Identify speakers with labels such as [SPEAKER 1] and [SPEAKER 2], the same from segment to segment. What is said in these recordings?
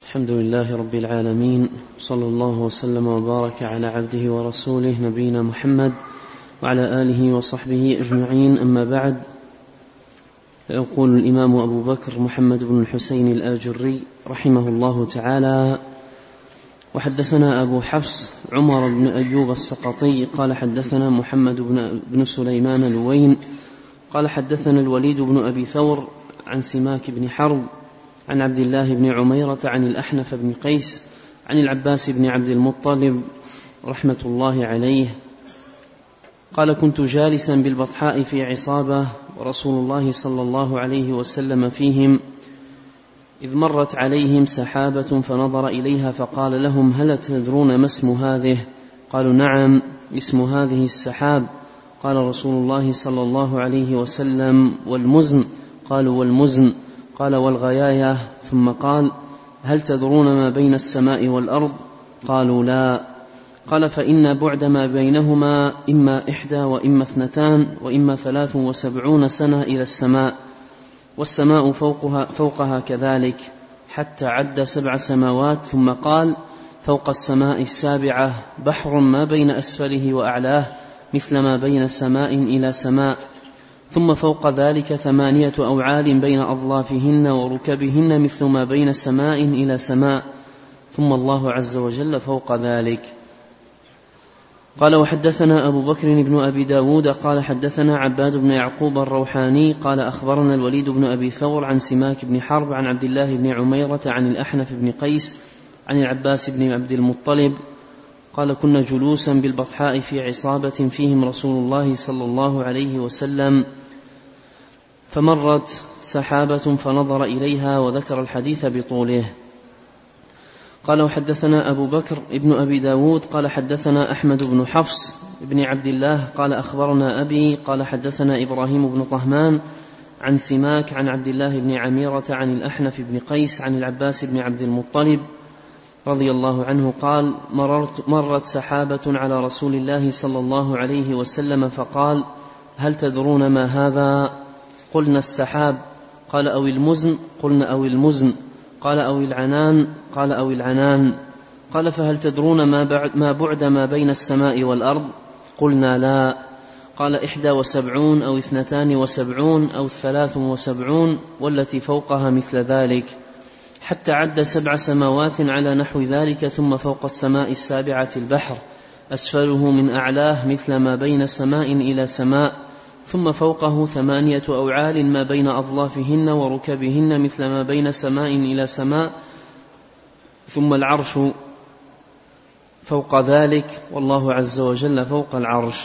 [SPEAKER 1] الحمد لله رب العالمين، صلى الله وسلم وبارك على عبده ورسوله نبينا محمد وعلى آله وصحبه أجمعين. أما بعد، يقول الإمام أبو بكر محمد بن الحسين الآجري رحمه الله تعالى: وحدثنا أبو حفص عمر بن أيوب السقطي قال حدثنا محمد بن سليمان الوين قال حدثنا الوليد بن أبي ثور عن سماك بن حرب عن عبد الله بن عميرة عن الأحنف بن قيس عن العباس بن عبد المطلب رحمة الله عليه قال: كنت جالسا بالبطحاء في عصابة ورسول الله صلى الله عليه وسلم فيهم، إذ مرت عليهم سحابة فنظر إليها فقال لهم: هل تدرون ما اسم هذه؟ قالوا: نعم، اسم هذه السحاب. قال رسول الله صلى الله عليه وسلم: والمزن؟ قالوا: والمزن. قال: والغياية؟ ثم قال: هل تدرون ما بين السماء والأرض؟ قالوا: لا. قال: فإن بعد ما بينهما إما 1 وإما 2 وإما 73 سنة إلى السماء، والسماء فوقها كذلك، حتى عد 7 سماوات. ثم قال: فوق السماء 7 بحر ما بين أسفله وأعلاه مثل ما بين سماء إلى سماء، ثم فوق ذلك 8 أوعال بين أظلافهن وركبهن مثل ما بين سماء إلى سماء، ثم الله عز وجل فوق ذلك. قال: وحدثنا أبو بكر بن أبي داود قال حدثنا عباد بن يعقوب الروحاني قال أخبرنا الوليد بن أبي ثور عن سماك بن حرب عن عبد الله بن عميرة عن الأحنف بن قيس عن العباس بن عبد المطلب قال: كنا جلوسا بالبطحاء في عصابة فيهم رسول الله صلى الله عليه وسلم، فمرت سحابة فنظر إليها، وذكر الحديث بطوله. قال: وحدثنا أبو بكر ابن أبي داود قال حدثنا أحمد بن حفص بن عبد الله قال أخبرنا أبي قال حدثنا إبراهيم بن طهمان عن سماك عن عبد الله بن عميرة عن الأحنف بن قيس عن العباس بن عبد المطلب رضي الله عنه قال: مرت سحابة على رسول الله صلى الله عليه وسلم فقال: هل تدرون ما هذا؟ قلنا: السحاب. قال: أو المزن؟ قلنا: أو المزن. قال: أو العنان؟ قال: أو العنان. قال: فهل تدرون ما بعد ما بين السماء والأرض؟ قلنا: لا. قال: 71 أو 72 أو 73 والتي فوقها مثل ذلك، حتى عد 7 سماوات على نحو ذلك، ثم فوق السماء 7 البحر أسفله من أعلاه مثل ما بين سماء إلى سماء، ثم فوقه 8 أوعال ما بين أظلافهن وركبهن مثل ما بين سماء إلى سماء، ثم العرش فوق ذلك، والله عز وجل فوق العرش.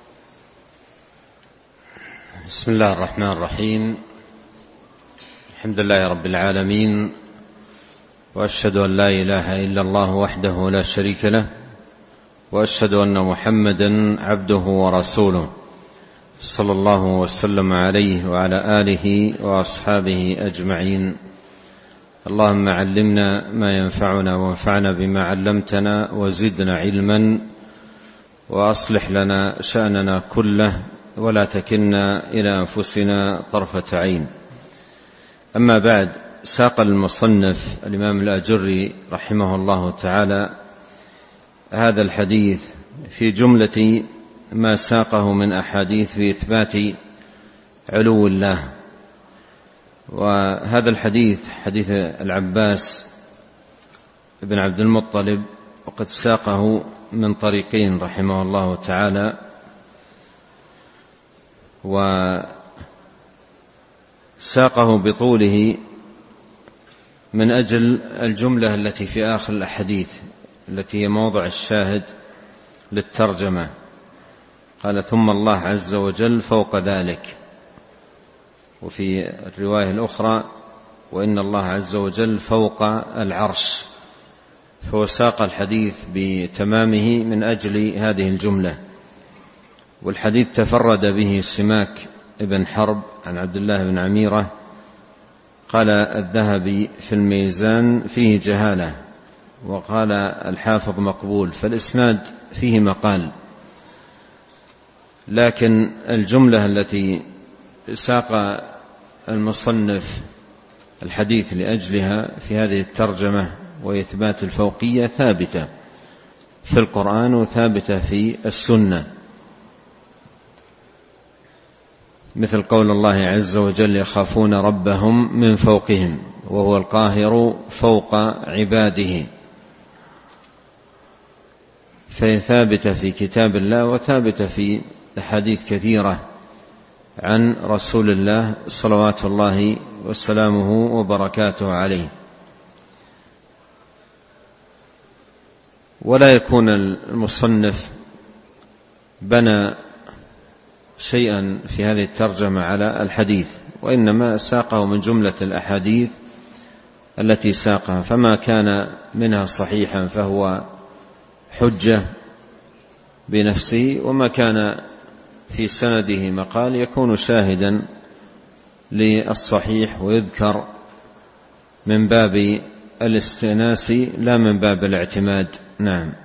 [SPEAKER 2] بسم الله الرحمن الرحيم. الحمد لله رب العالمين، وأشهد أن لا إله إلا الله وحده لا شريك له، وأشهد أن محمدا عبده ورسوله صلى الله وسلم عليه وعلى آله وأصحابه أجمعين. اللهم علمنا ما ينفعنا وانفعنا بما علمتنا وزدنا علما، وأصلح لنا شأننا كله ولا تكلنا إلى أنفسنا طرفة عين. أما بعد، ساق المصنف الإمام الآجري رحمه الله تعالى هذا الحديث في جملة ما ساقه من أحاديث في إثبات علو الله. وهذا الحديث حديث العباس بن عبد المطلب، وقد ساقه من طريقين رحمه الله تعالى، وساقه بطوله من أجل الجملة التي في آخر الحديث التي هي موضع الشاهد للترجمة. قال: ثم الله عز وجل فوق ذلك. وفي الرواية الأخرى: وإن الله عز وجل فوق العرش. فهو ساق الحديث بتمامه من أجل هذه الجملة. والحديث تفرد به سماك ابن حرب عن عبد الله بن عميرة. قال الذهبي في الميزان: فيه جهالة. وقال الحافظ: مقبول. فالإسناد فيه مقال، لكن الجملة التي ساق المصنف الحديث لأجلها في هذه الترجمة وإثبات الفوقية ثابتة في القرآن وثابتة في السنة، مثل قول الله عز وجل: يخافون ربهم من فوقهم وهو القاهر فوق عباده. فهي ثابتة في كتاب الله وثابتة في أحاديث كثيرة عن رسول الله صلوات الله وسلامه وبركاته عليه. ولا يكون المصنف بنى شيئا في هذه الترجمة على الحديث، وإنما ساقه من جملة الأحاديث التي ساقها، فما كان منها صحيحا فهو حجة بنفسه، وما كان في سنده مقال يكون شاهدا للصحيح ويذكر من باب الاستئناس لا من باب الاعتماد. نعم.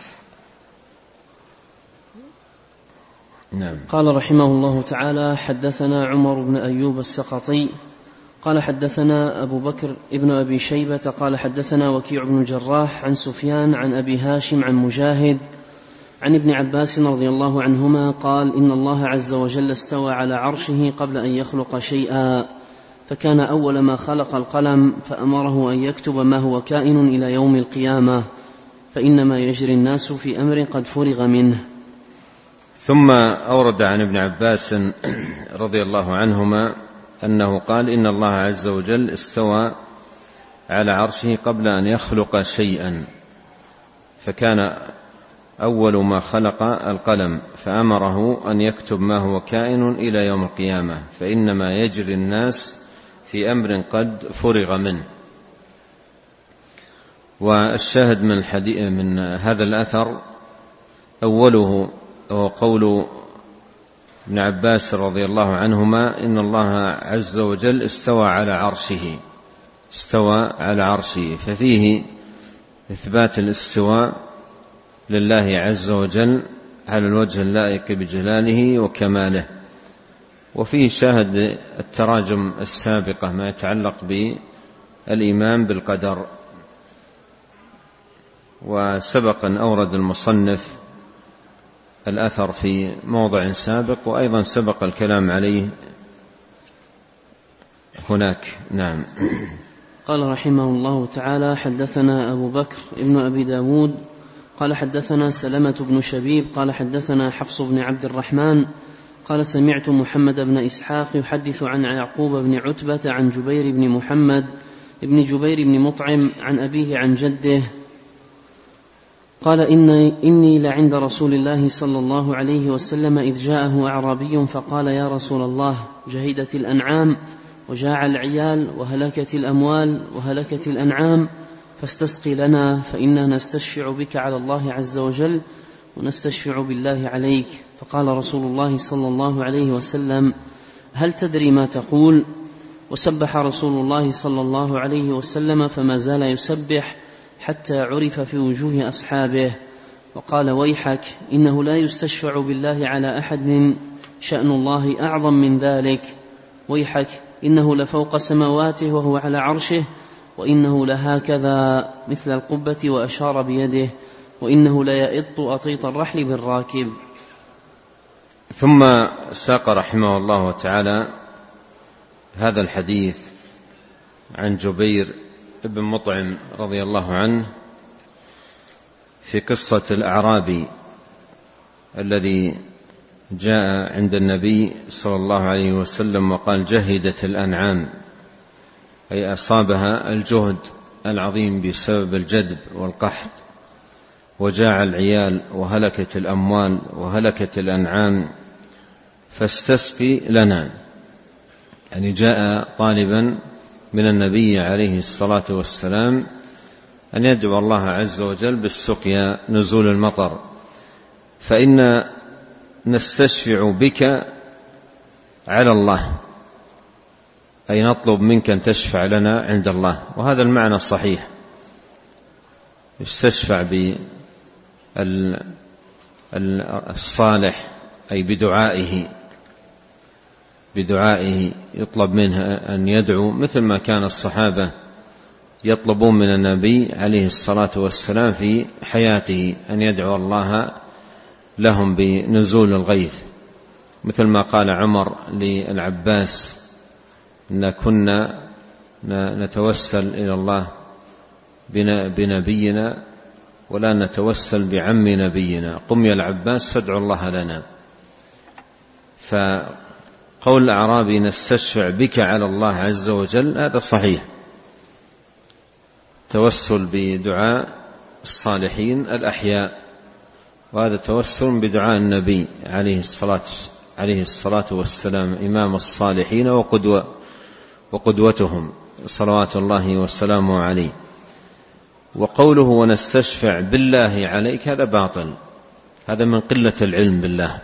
[SPEAKER 1] قال رحمه الله تعالى: حدثنا عمر بن أيوب السقطي قال حدثنا أبو بكر ابن أبي شيبة قال حدثنا وكيع بن الجراح عن سفيان عن أبي هاشم عن مجاهد عن ابن عباس رضي الله عنهما قال: إن الله عز وجل استوى على عرشه قبل أن يخلق شيئا، فكان أول ما خلق القلم فأمره أن يكتب ما هو كائن إلى يوم القيامة، فإنما يجري الناس في أمر قد فرغ منه.
[SPEAKER 2] ثم أورد عن ابن عباس رضي الله عنهما أنه قال: إن الله عز وجل استوى على عرشه قبل أن يخلق شيئا، فكان أول ما خلق القلم فأمره أن يكتب ما هو كائن إلى يوم القيامة، فإنما يجري الناس في أمر قد فرغ منه. والشاهد من هذا الأثر أوله هو قول ابن عباس رضي الله عنهما: إن الله عز وجل استوى على عرشه، ففيه إثبات الاستواء لله عز وجل على الوجه اللائق بجلاله وكماله. وفيه شاهد التراجم السابقة ما يتعلق بالإيمان بالقدر. وسبق أن أورد المصنف الأثر في موضع سابق، وأيضا سبق الكلام عليه هناك. نعم.
[SPEAKER 1] قال رحمه الله تعالى: حدثنا أبو بكر ابن أبي داود قال حدثنا سلمة بن شبيب قال حدثنا حفص بن عبد الرحمن قال: سمعت محمد بن إسحاق يحدث عن يعقوب بن عتبة عن جبير بن محمد ابن جبير بن مطعم عن أبيه عن جده قال: إني لعند رسول الله صلى الله عليه وسلم إذ جاءه أعرابي فقال: يا رسول الله، جهدت الأنعام وجاع العيال وهلكت الأموال وهلكت الأنعام، فاستسقي لنا فإنا نستشفع بك على الله عز وجل ونستشفع بالله عليك. فقال رسول الله صلى الله عليه وسلم: هل تدري ما تقول؟ وسبح رسول الله صلى الله عليه وسلم فما زال يسبح حتى عرف في وجوه أصحابه، وقال: ويحك، إنه لا يستشفع بالله على أحد شأن الله أعظم من ذلك، ويحك، إنه لفوق سماواته وهو على عرشه، وإنه لهكذا مثل القبة، وأشار بيده، وإنه ليئط أطيط الرحل بالراكب.
[SPEAKER 2] ثم ساق رحمه الله تعالى هذا الحديث عن جبير بن مطعم رضي الله عنه في قصة الأعرابي الذي جاء عند النبي صلى الله عليه وسلم وقال: جهدت الأنعام، أي أصابها الجهد العظيم بسبب الجدب والقحط، وجاع العيال وهلكت الأموال وهلكت الأنعام، فاستسقي لنا. يعني جاء طالبا من النبي عليه الصلاة والسلام أن يدعو الله عز وجل بالسقيا، نزول المطر، فإن نستشفع بك على الله، أي نطلب منك أن تشفع لنا عند الله. وهذا المعنى الصحيح، يستشفع بالصالح أي بدعائه يطلب منه أن يدعو، مثل ما كان الصحابة يطلبون من النبي عليه الصلاة والسلام في حياته أن يدعو الله لهم بنزول الغيث، مثل ما قال عمر للعباس إن كنا نتوسل إلى الله بنبينا ولا نتوسل بعم نبينا، قم يا العباس فادعوا الله لنا. فقول الأعرابي نستشفع بك على الله عز وجل هذا صحيح، توسل بدعاء الصالحين الأحياء، وهذا توسل بدعاء النبي عليه الصلاة والسلام إمام الصالحين وقدوتهم صلوات الله وسلامه عليه. وقوله ونستشفع بالله عليك هذا باطل، هذا من قلة العلم بالله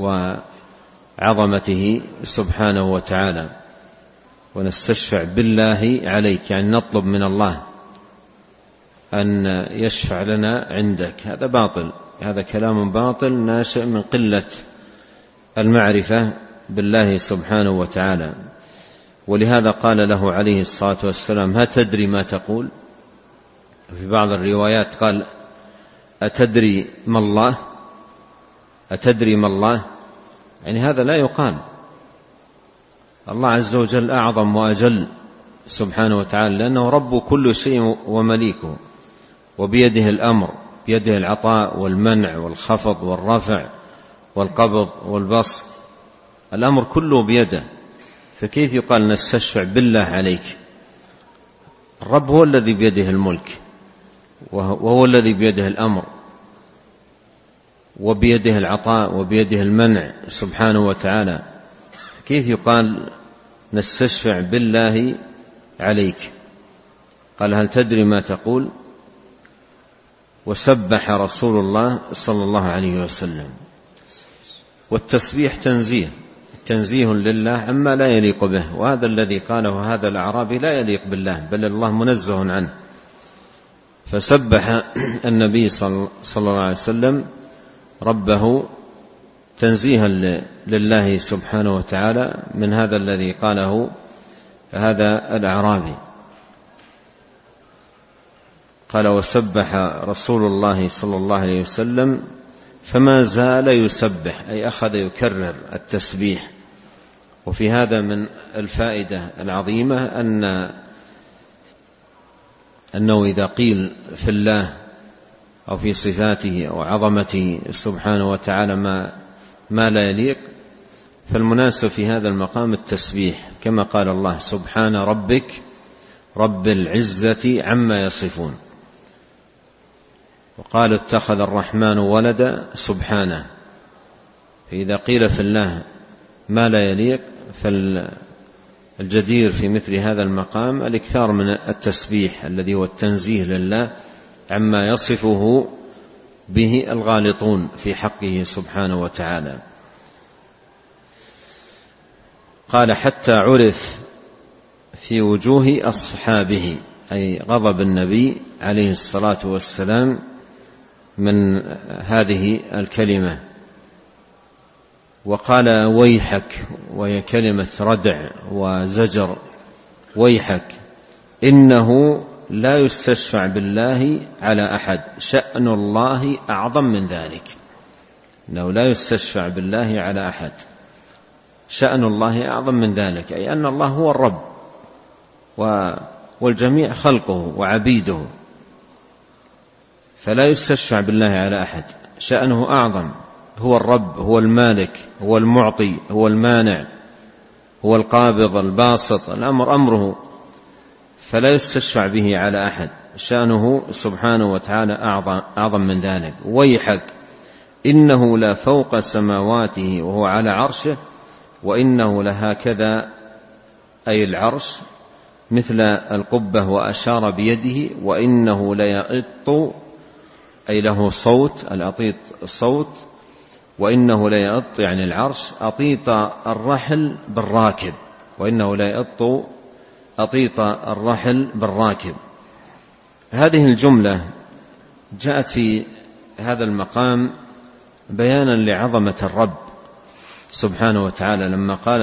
[SPEAKER 2] وعظمته سبحانه وتعالى. ونستشفع بالله عليك يعني نطلب من الله أن يشفع لنا عندك، هذا باطل، هذا كلام باطل ناشئ من قلة المعرفة بالله سبحانه وتعالى. ولهذا قال له عليه الصلاة والسلام هل تدري ما تقول؟ في بعض الروايات قال أتدري ما الله؟ أتدري ما الله؟ يعني هذا لا يقال، الله عز وجل أعظم وأجل سبحانه وتعالى، لأنه رب كل شيء ومليكه، وبيده الأمر، بيده العطاء والمنع والخفض والرفع والقبض والبسط، الأمر كله بيده، فكيف يقال نستشفع بالله عليك؟ الرب هو الذي بيده الملك، وهو الذي بيده الأمر وبيده العطاء وبيده المنع سبحانه وتعالى، كيف يقال نستشفع بالله عليك؟ قال هل تدري ما تقول؟ وسبح رسول الله صلى الله عليه وسلم. والتسبيح تنزيه لله عما لا يليق به، وهذا الذي قاله هذا الأعرابي لا يليق بالله، بل الله منزه عنه. فسبح النبي صلى الله عليه وسلم ربه تنزيها لله سبحانه وتعالى من هذا الذي قاله هذا الأعرابي. قال وسبح رسول الله صلى الله عليه وسلم فما زال يسبح، أي أخذ يكرر التسبيح. وفي هذا من الفائدة العظيمة أنه إذا قيل في الله أو في صفاته أو عظمته سبحانه وتعالى ما لا يليق، فالمناسب في هذا المقام التسبيح، كما قال الله سبحان ربك رب العزة عما يصفون. وقال اتخذ الرحمن ولدا سبحانه. فإذا قيل في الله ما لا يليق فالجدير في مثل هذا المقام الإكثار من التسبيح الذي هو التنزيه لله عما يصفه به الغالطون في حقه سبحانه وتعالى. قال حتى عرف في وجوه أصحابه، أي غضب النبي عليه الصلاة والسلام من هذه الكلمة. وقال ويحك، وهي كلمة ردع وزجر، ويحك إنه لا يستشفع بالله على أحد، شأن الله أعظم من ذلك. إنه لا يستشفع بالله على أحد، شأن الله أعظم من ذلك، أي أن الله هو الرب والجميع خلقه وعبيده، فلا يستشفع بالله على أحد، شأنه أعظم، هو الرب، هو المالك، هو المعطي، هو المانع، هو القابض الباسط، الأمر أمره، فلا يستشفع به على أحد، شأنه سبحانه وتعالى أعظم من ذلك. ويحك إنه لا فوق سماواته وهو على عرشه، وإنه لهكذا، أي العرش، مثل القبة، وأشار بيده، وإنه ليئط، أي له صوت، الأطيط الصوت، وإنه ليئط يعني العرش، أطيط الرحل بالراكب، وإنه ليئط أطيط الرحل بالراكب. هذه الجملة جاءت في هذا المقام بيانا لعظمة الرب سبحانه وتعالى لما قال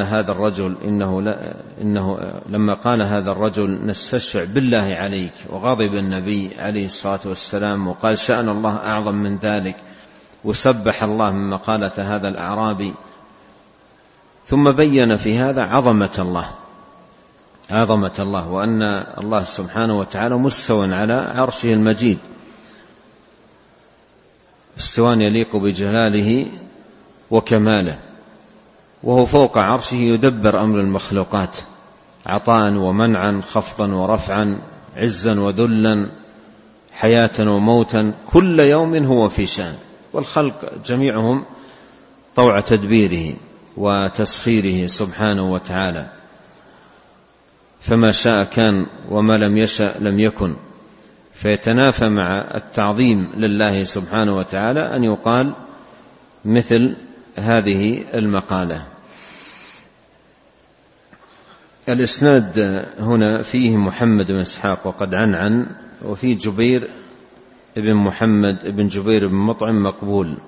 [SPEAKER 2] هذا الرجل نستشفع بالله عليك، وغضب النبي عليه الصلاة والسلام وقال شأن الله أعظم من ذلك، وسبح الله من مقالة هذا الأعرابي، ثم بين في هذا عظمة الله وأن الله سبحانه وتعالى مستوى على عرشه المجيد، استواء يليق بجلاله وكماله، وهو فوق عرشه يدبر أمر المخلوقات عطاء ومنعا، خفضا ورفعا، عزا وذلا، حياة وموتا، كل يوم هو في شأن، والخلق جميعهم طوع تدبيره وتسخيره سبحانه وتعالى، فما شاء كان وما لم يشأ لم يكن. فيتنافى مع التعظيم لله سبحانه وتعالى أن يقال مثل هذه المقالة. الإسناد هنا فيه محمد بن إسحاق وقد عنعن، وفي جبير بن محمد بن جبير بن مطعم مقبول،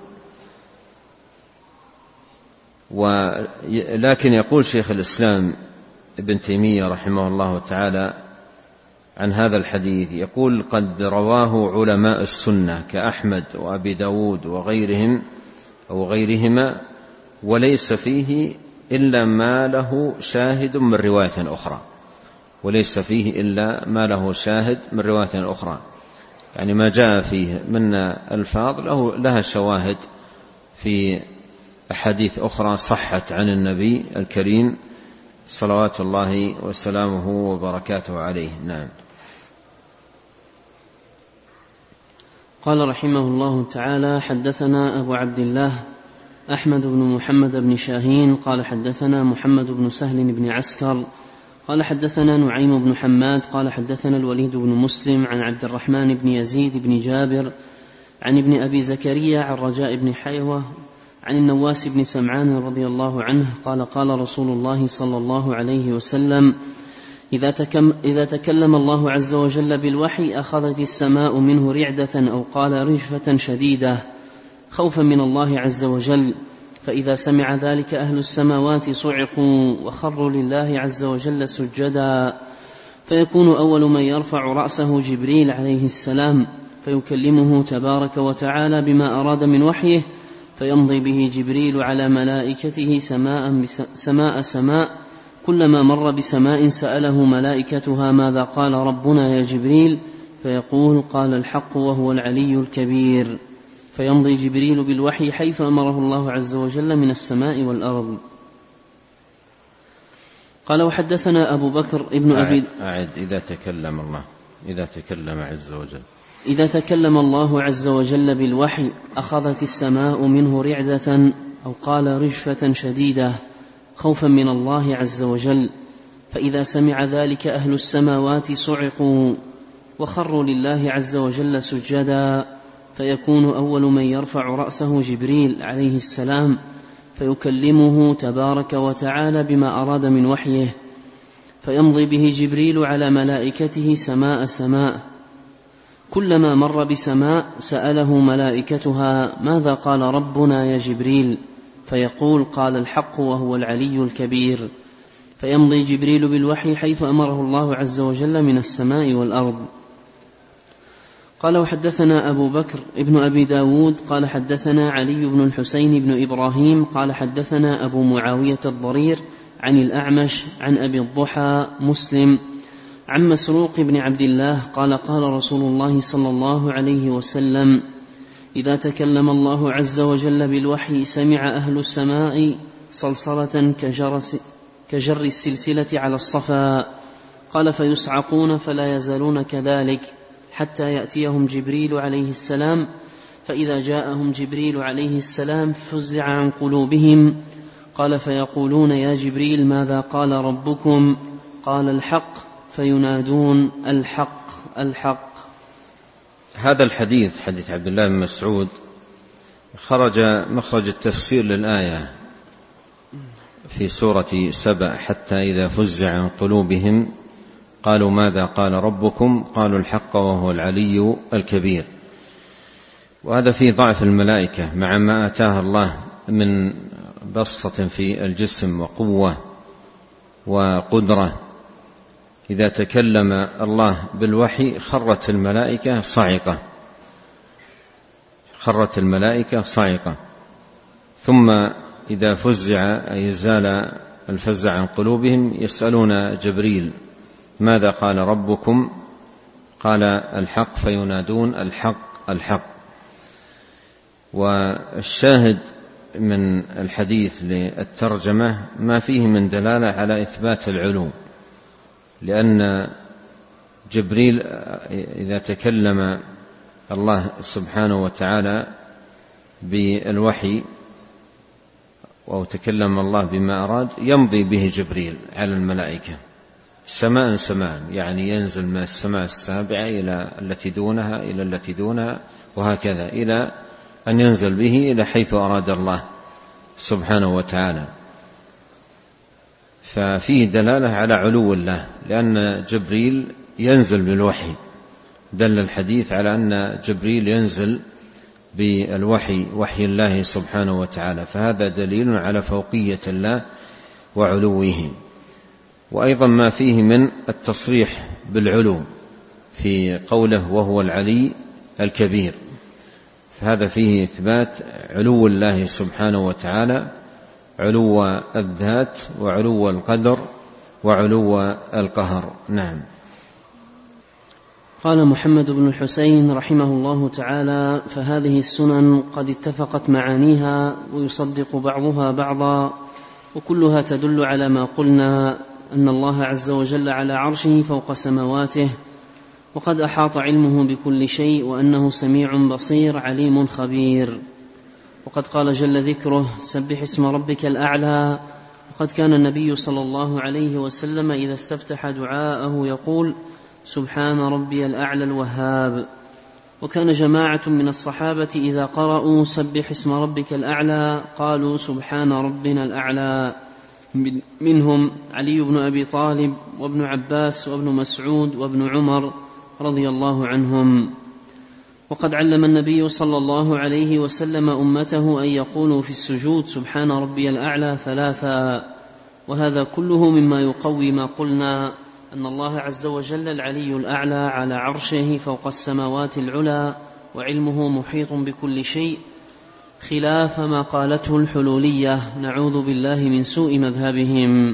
[SPEAKER 2] ولكن يقول شيخ الإسلام ابن تيمية رحمه الله تعالى عن هذا الحديث، يقول قد رواه علماء السنة كأحمد وأبي داود وغيرهما، وليس فيه إلا ما له شاهد من رواية أخرى، يعني ما جاء فيه من الفاظ لها شواهد في أحاديث أخرى صحت عن النبي الكريم صلوات الله وسلامه وبركاته عليه. نعم.
[SPEAKER 1] قال رحمه الله تعالى: حدثنا أبو عبد الله أحمد بن محمد بن شاهين قال حدثنا محمد بن سهل بن عسكر قال حدثنا نعيم بن حماد قال حدثنا الوليد بن مسلم عن عبد الرحمن بن يزيد بن جابر عن ابن أبي زكريا عن رجاء بن حيوة عن النواس بن سمعان رضي الله عنه قال قال رسول الله صلى الله عليه وسلم: إذا تكلم الله عز وجل بالوحي أخذت السماء منه رعدة أو قال رجفة شديدة خوفا من الله عز وجل، فإذا سمع ذلك أهل السماوات صعقوا وخروا لله عز وجل سجدا، فيكون أول من يرفع رأسه جبريل عليه السلام فيكلمه تبارك وتعالى بما أراد من وحيه، فيمضي به جبريل على ملائكته سماء، كلما مر بسماء سأله ملائكتها ماذا قال ربنا يا جبريل، فيقول قال الحق وهو العلي الكبير، فيمضي جبريل بالوحي حيث أمره الله عز وجل من السماء والأرض. قال وحدثنا أبو بكر ابن أبي إذا تكلم الله عز وجل بالوحي أخذت السماء منه رعدة أو قال رجفة شديدة خوفا من الله عز وجل، فإذا سمع ذلك أهل السماوات صعقوا وخروا لله عز وجل سجدا، فيكون أول من يرفع رأسه جبريل عليه السلام فيكلمه تبارك وتعالى بما أراد من وحيه، فيمضي به جبريل على ملائكته سماء، كلما مر بسماء سأله ملائكتها ماذا قال ربنا يا جبريل، فيقول قال الحق وهو العلي الكبير، فيمضي جبريل بالوحي حيث أمره الله عز وجل من السماء والأرض. قال وحدثنا أبو بكر ابن أبي داود قال حدثنا علي بن الحسين بن إبراهيم قال حدثنا أبو معاوية الضرير عن الأعمش عن أبي الضحى مسلم عن مسروق بن عبد الله قال قال رسول الله صلى الله عليه وسلم: إذا تكلم الله عز وجل بالوحي سمع أهل السماء صلصلة كجر السلسلة على الصفا، قال فيصعقون فلا يزالون كذلك حتى يأتيهم جبريل عليه السلام، فإذا جاءهم جبريل عليه السلام فزع عن قلوبهم، قال فيقولون يا جبريل ماذا قال ربكم؟ قال الحق، فينادون الحق.
[SPEAKER 2] هذا الحديث حديث عبد الله بن مسعود خرج مخرج التفسير للآية في سورة سبأ: حتى إذا فزع عن قلوبهم قالوا ماذا قال ربكم؟ قالوا الحق وهو العلي الكبير. وهذا فيه ضعف الملائكة مع ما آتاها الله من بسطة في الجسم وقوة وقدرة. إذا تكلم الله بالوحي خرت الملائكة صاعقة. ثم إذا فزع أي زال الفزع عن قلوبهم يسألون جبريل: ماذا قال ربكم؟ قال: الحق، فينادون: الحق الحق. والشاهد من الحديث للترجمة ما فيه من دلالة على إثبات العلو، لأن جبريل إذا تكلم الله سبحانه وتعالى بالوحي أو تكلم الله بما أراد يمضي به جبريل على الملائكة سماء، يعني ينزل من السماء السابعة إلى التي دونها إلى التي دونها وهكذا إلى أن ينزل به إلى حيث أراد الله سبحانه وتعالى. ففيه دلالة على علو الله، لأن جبريل ينزل بالوحي، دل الحديث على أن جبريل ينزل بالوحي، وحي الله سبحانه وتعالى، فهذا دليل على فوقية الله وعلوه. وأيضا ما فيه من التصريح بالعلو في قوله: وهو العلي الكبير، فهذا فيه إثبات علو الله سبحانه وتعالى، علو الذات وعلو القدر وعلو القهر. نعم.
[SPEAKER 1] قال محمد بن الحسين رحمه الله تعالى: فهذه السنن قد اتفقت معانيها ويصدق بعضها بعضا، وكلها تدل على ما قلنا، أن الله عز وجل على عرشه فوق سماواته، وقد أحاط علمه بكل شيء، وأنه سميع بصير عليم خبير. وقد قال جل ذكره: سبح اسم ربك الأعلى. وقد كان النبي صلى الله عليه وسلم إذا استفتح دعاءه يقول: سبحان ربي الأعلى الوهاب. وكان جماعة من الصحابة إذا قرأوا سبح اسم ربك الأعلى قالوا: سبحان ربنا الأعلى، منهم علي بن أبي طالب وابن عباس وابن مسعود وابن عمر رضي الله عنهم. وقد علم النبي صلى الله عليه وسلم أمته أن يقولوا في السجود: سبحان ربي الأعلى 3. وهذا كله مما يقوي ما قلنا، أن الله عز وجل العلي الأعلى على عرشه فوق السماوات العلى، وعلمه محيط بكل شيء، خلاف ما قالته الحلولية، نعوذ بالله من سوء مذهبهم.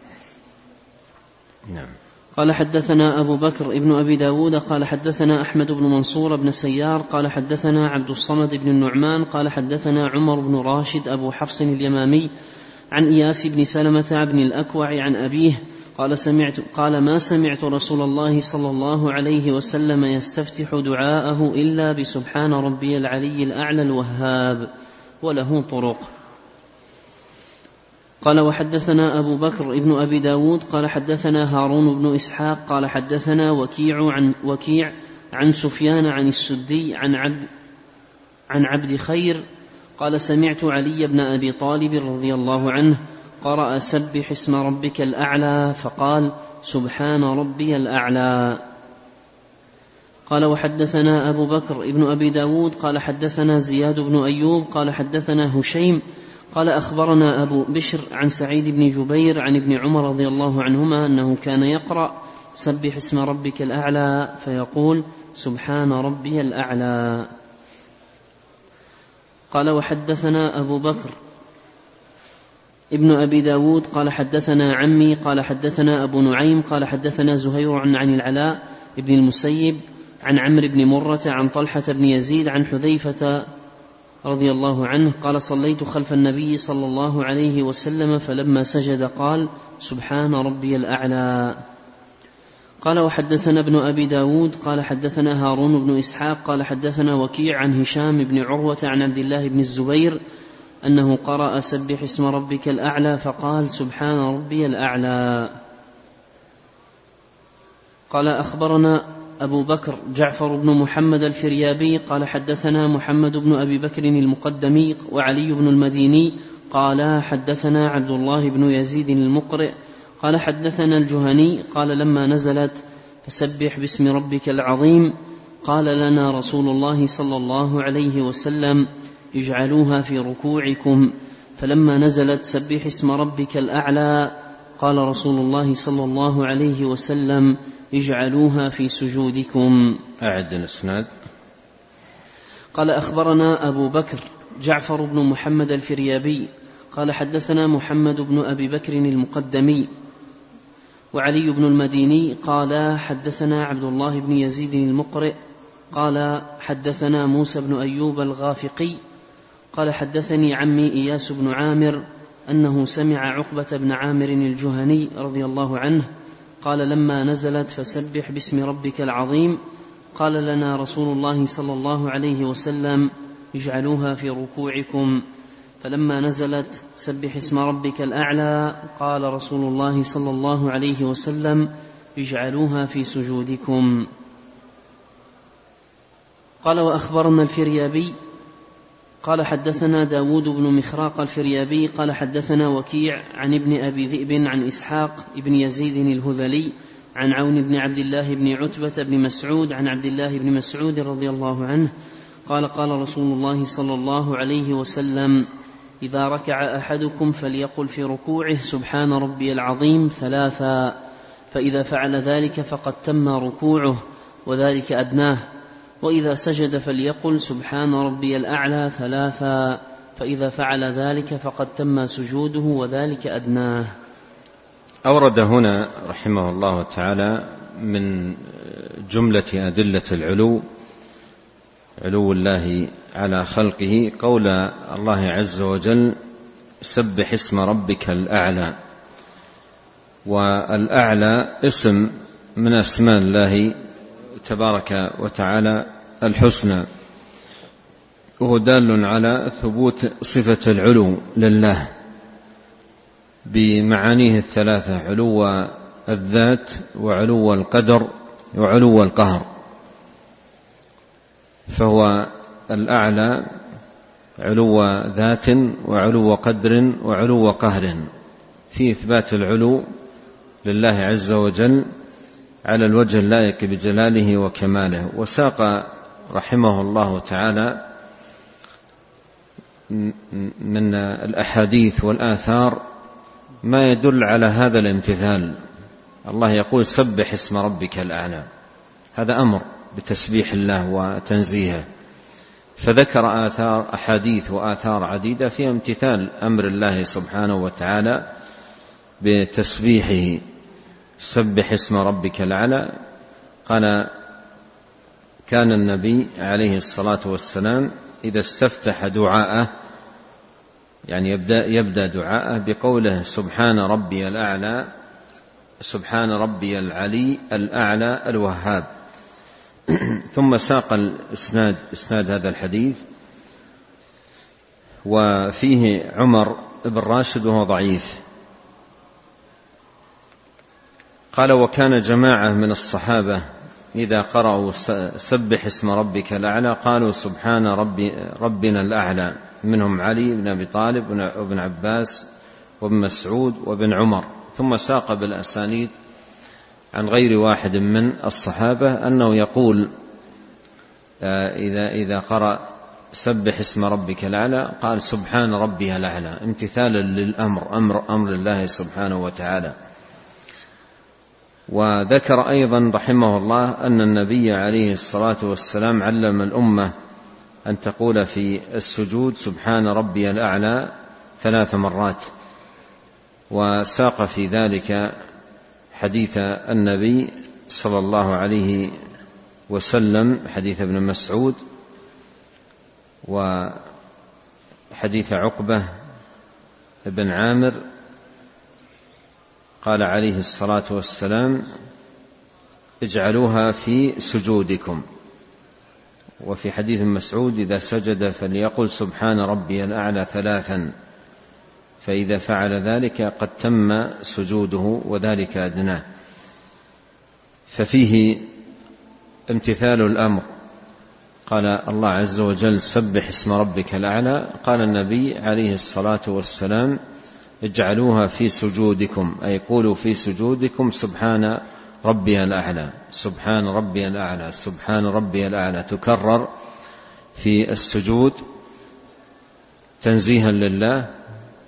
[SPEAKER 2] نعم.
[SPEAKER 1] قال: حدثنا أبو بكر ابن أبي داود قال حدثنا أحمد بن منصور بن سيار قال حدثنا عبد الصمد بن النعمان قال حدثنا عمر بن راشد أبو حفص اليمامي عن إياس بن سلمة بن الأكوع عن أبيه قال: ما سمعت رسول الله صلى الله عليه وسلم يستفتح دعاءه إلا بسبحان ربي العلي الأعلى الوهاب، وله طرق. قال: وحدثنا أبو بكر ابن أبي داود قال حدثنا هارون بن إسحاق قال حدثنا وكيع عن سفيان عن السدي عن عبد خير قال: سمعت علي بن أبي طالب رضي الله عنه قرأ: سبح اسم ربك الأعلى، فقال: سبحان ربي الأعلى. قال: وحدثنا أبو بكر ابن أبي داود قال حدثنا زياد بن أيوب قال حدثنا هشيم قال: أخبرنا أبو بشر عن سعيد بن جبير عن ابن عمر رضي الله عنهما أنه كان يقرأ: سبح اسم ربك الأعلى، فيقول: سبحان ربي الأعلى. قال: وحدثنا أبو بكر ابن أبي داود قال حدثنا عمي قال حدثنا أبو نعيم قال حدثنا زهير عن العلاء ابن المسيب عن عمرو بن مرة عن طلحة بن يزيد عن حذيفة رضي الله عنه قال: صليت خلف النبي صلى الله عليه وسلم، فلما سجد قال: سبحان ربي الأعلى. قال: وحدثنا ابن أبي داود قال حدثنا هارون بن إسحاق قال حدثنا وكيع عن هشام بن عروة عن عبد الله بن الزبير أنه قرأ: سبح اسم ربك الأعلى، فقال: سبحان ربي الأعلى. قال: أخبرنا أبو بكر جعفر بن محمد الفريابي قال حدثنا محمد بن أبي بكر المقدمي وعلي بن المديني قال حدثنا عبد الله بن يزيد المقرئ قال حدثنا الجهني قال: لما نزلت فسبح باسم ربك العظيم قال لنا رسول الله صلى الله عليه وسلم: اجعلوها في ركوعكم، فلما نزلت سبح اسم ربك الأعلى قال رسول الله صلى الله عليه وسلم اجعلوها في سجودكم.
[SPEAKER 2] أعد الإسناد.
[SPEAKER 1] قال أخبرنا أبو بكر جعفر بن محمد الفريابي قال حدثنا محمد بن أبي بكر المقدمي وعلي بن المديني قال حدثنا عبد الله بن يزيد المقرئ قال حدثنا موسى بن أيوب الغافقي قال حدثني عمي إياس بن عامر أنه سمع عقبة بن عامر الجهني رضي الله عنه قال لما نزلت فسبح باسم ربك العظيم قال لنا رسول الله صلى الله عليه وسلم اجعلوها في ركوعكم. فلما نزلت سبح اسم ربك الأعلى قال رسول الله صلى الله عليه وسلم اجعلوها في سجودكم. قال وأخبرنا الفريابي قال حدثنا داود بن مخراق الفريابي قال حدثنا وكيع عن ابن أبي ذئب عن إسحاق بن يزيد الهذلي عن عون بن عبد الله بن عتبة بن مسعود عن عبد الله بن مسعود رضي الله عنه قال قال رسول الله صلى الله عليه وسلم إذا ركع أحدكم فليقل في ركوعه سبحان ربي العظيم 3 فإذا فعل ذلك فقد تم ركوعه وذلك أدناه وإذا سجد فليقل سبحان ربي الأعلى 3 فإذا فعل ذلك فقد تم سجوده وذلك أدناه.
[SPEAKER 2] أورد هنا رحمه الله تعالى من جملة أدلة علو الله على خلقه قول الله عز وجل سبح اسم ربك الأعلى. والأعلى اسم من أسماء الله تبارك وتعالى الحسنى وهو دال على ثبوت صفة العلو لله بمعانيه 3 علو الذات وعلو القدر وعلو القهر. فهو الأعلى علو ذات وعلو قدر وعلو قهر في إثبات العلو لله عز وجل على الوجه اللائق بجلاله وكماله. وساق رحمه الله تعالى من الأحاديث والآثار ما يدل على هذا الامتثال. الله يقول سبح اسم ربك الأعلى، هذا أمر بتسبيح الله وتنزيهه، فذكر أحاديث وآثار عديدة فيها امتثال أمر الله سبحانه وتعالى بتسبيحه سبح اسم ربك الأعلى. قال كان النبي عليه الصلاة والسلام إذا استفتح دعاءه يعني يبدأ دعاءه بقوله سبحان ربي الأعلى سبحان ربي العلي الأعلى الوهاب. ثم ساق إسناد هذا الحديث وفيه عمر بن راشد وهو ضعيف. قال وكان جماعة من الصحابة إذا قرأوا سبح اسم ربك الأعلى قالوا سبحان ربنا الأعلى، منهم علي بن أبي طالب وابن عباس وابن مسعود وابن عمر. ثم ساق بالأسانيد عن غير واحد من الصحابة أنه يقول إذا قرأ سبح اسم ربك الأعلى قال سبحان ربي الأعلى امتثالا للأمر أمر الله سبحانه وتعالى. وذكر أيضا رحمه الله أن النبي عليه الصلاة والسلام علم الأمة أن تقول في السجود سبحان ربي الأعلى 3 مرات. وساق في ذلك حديث النبي صلى الله عليه وسلم حديث ابن مسعود وحديث عقبة بن عامر قال عليه الصلاة والسلام اجعلوها في سجودكم. وفي حديث مسعود إذا سجد فليقل سبحان ربي الأعلى 3 فإذا فعل ذلك قد تم سجوده وذلك أدناه. ففيه امتثال الأمر. قال الله عز وجل سبح اسم ربك الأعلى، قال النبي عليه الصلاة والسلام اجعلوها في سجودكم أي قولوا في سجودكم سبحان ربي الأعلى سبحان ربي الأعلى سبحان ربي الأعلى، تكرر في السجود تنزيها لله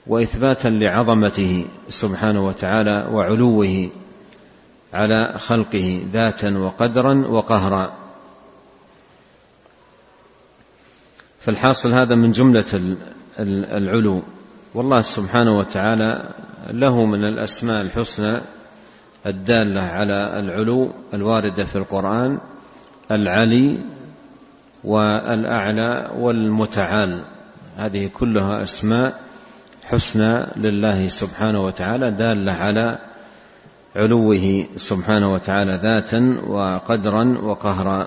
[SPEAKER 2] وإثباتا لعظمته سبحانه وتعالى وعلوه على خلقه ذاتا وقدرا وقهرا. فالحاصل هذا من جملة العلو. والله سبحانه وتعالى له من الأسماء الحسنى الدالة على العلو الواردة في القرآن العلي والأعلى والمتعال، هذه كلها أسماء حسنى لله سبحانه وتعالى دالة على علوه سبحانه وتعالى ذاتا وقدرا وقهرا.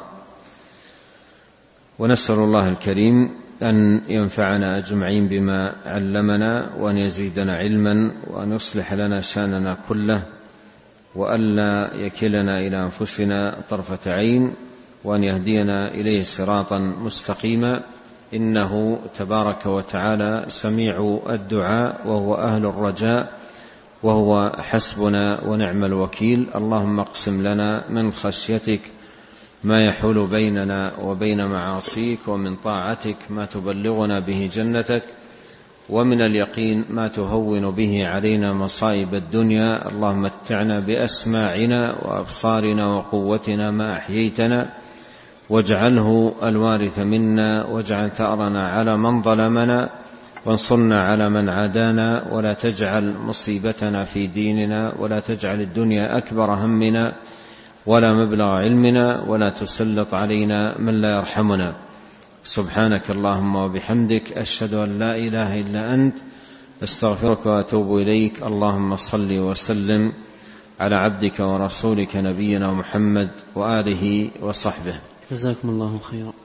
[SPEAKER 2] ونسأل الله الكريم أن ينفعنا أجمعين بما علمنا، وأن يزيدنا علما، وأن يصلح لنا شأننا كله، وألا يكلنا إلى أنفسنا طرفة عين، وأن يهدينا إليه صراطا مستقيما، إنه تبارك وتعالى سميع الدعاء وهو أهل الرجاء وهو حسبنا ونعم الوكيل. اللهم اقسم لنا من خشيتك ما يحول بيننا وبين معاصيك، ومن طاعتك ما تبلغنا به جنتك، ومن اليقين ما تهون به علينا مصائب الدنيا. اللهم متعنا بأسماعنا وأبصارنا وقوتنا ما أحييتنا، واجعله الوارث منا، واجعل ثأرنا على من ظلمنا، وانصرنا على من عادانا، ولا تجعل مصيبتنا في ديننا، ولا تجعل الدنيا أكبر همنا ولا مبلغ علمنا، ولا تسلط علينا من لا يرحمنا. سبحانك اللهم وبحمدك، أشهد أن لا إله إلا أنت، استغفرك وأتوب إليك. اللهم صل وسلم على عبدك ورسولك نبينا محمد وآله وصحبه.
[SPEAKER 1] جزاكم الله خيرا.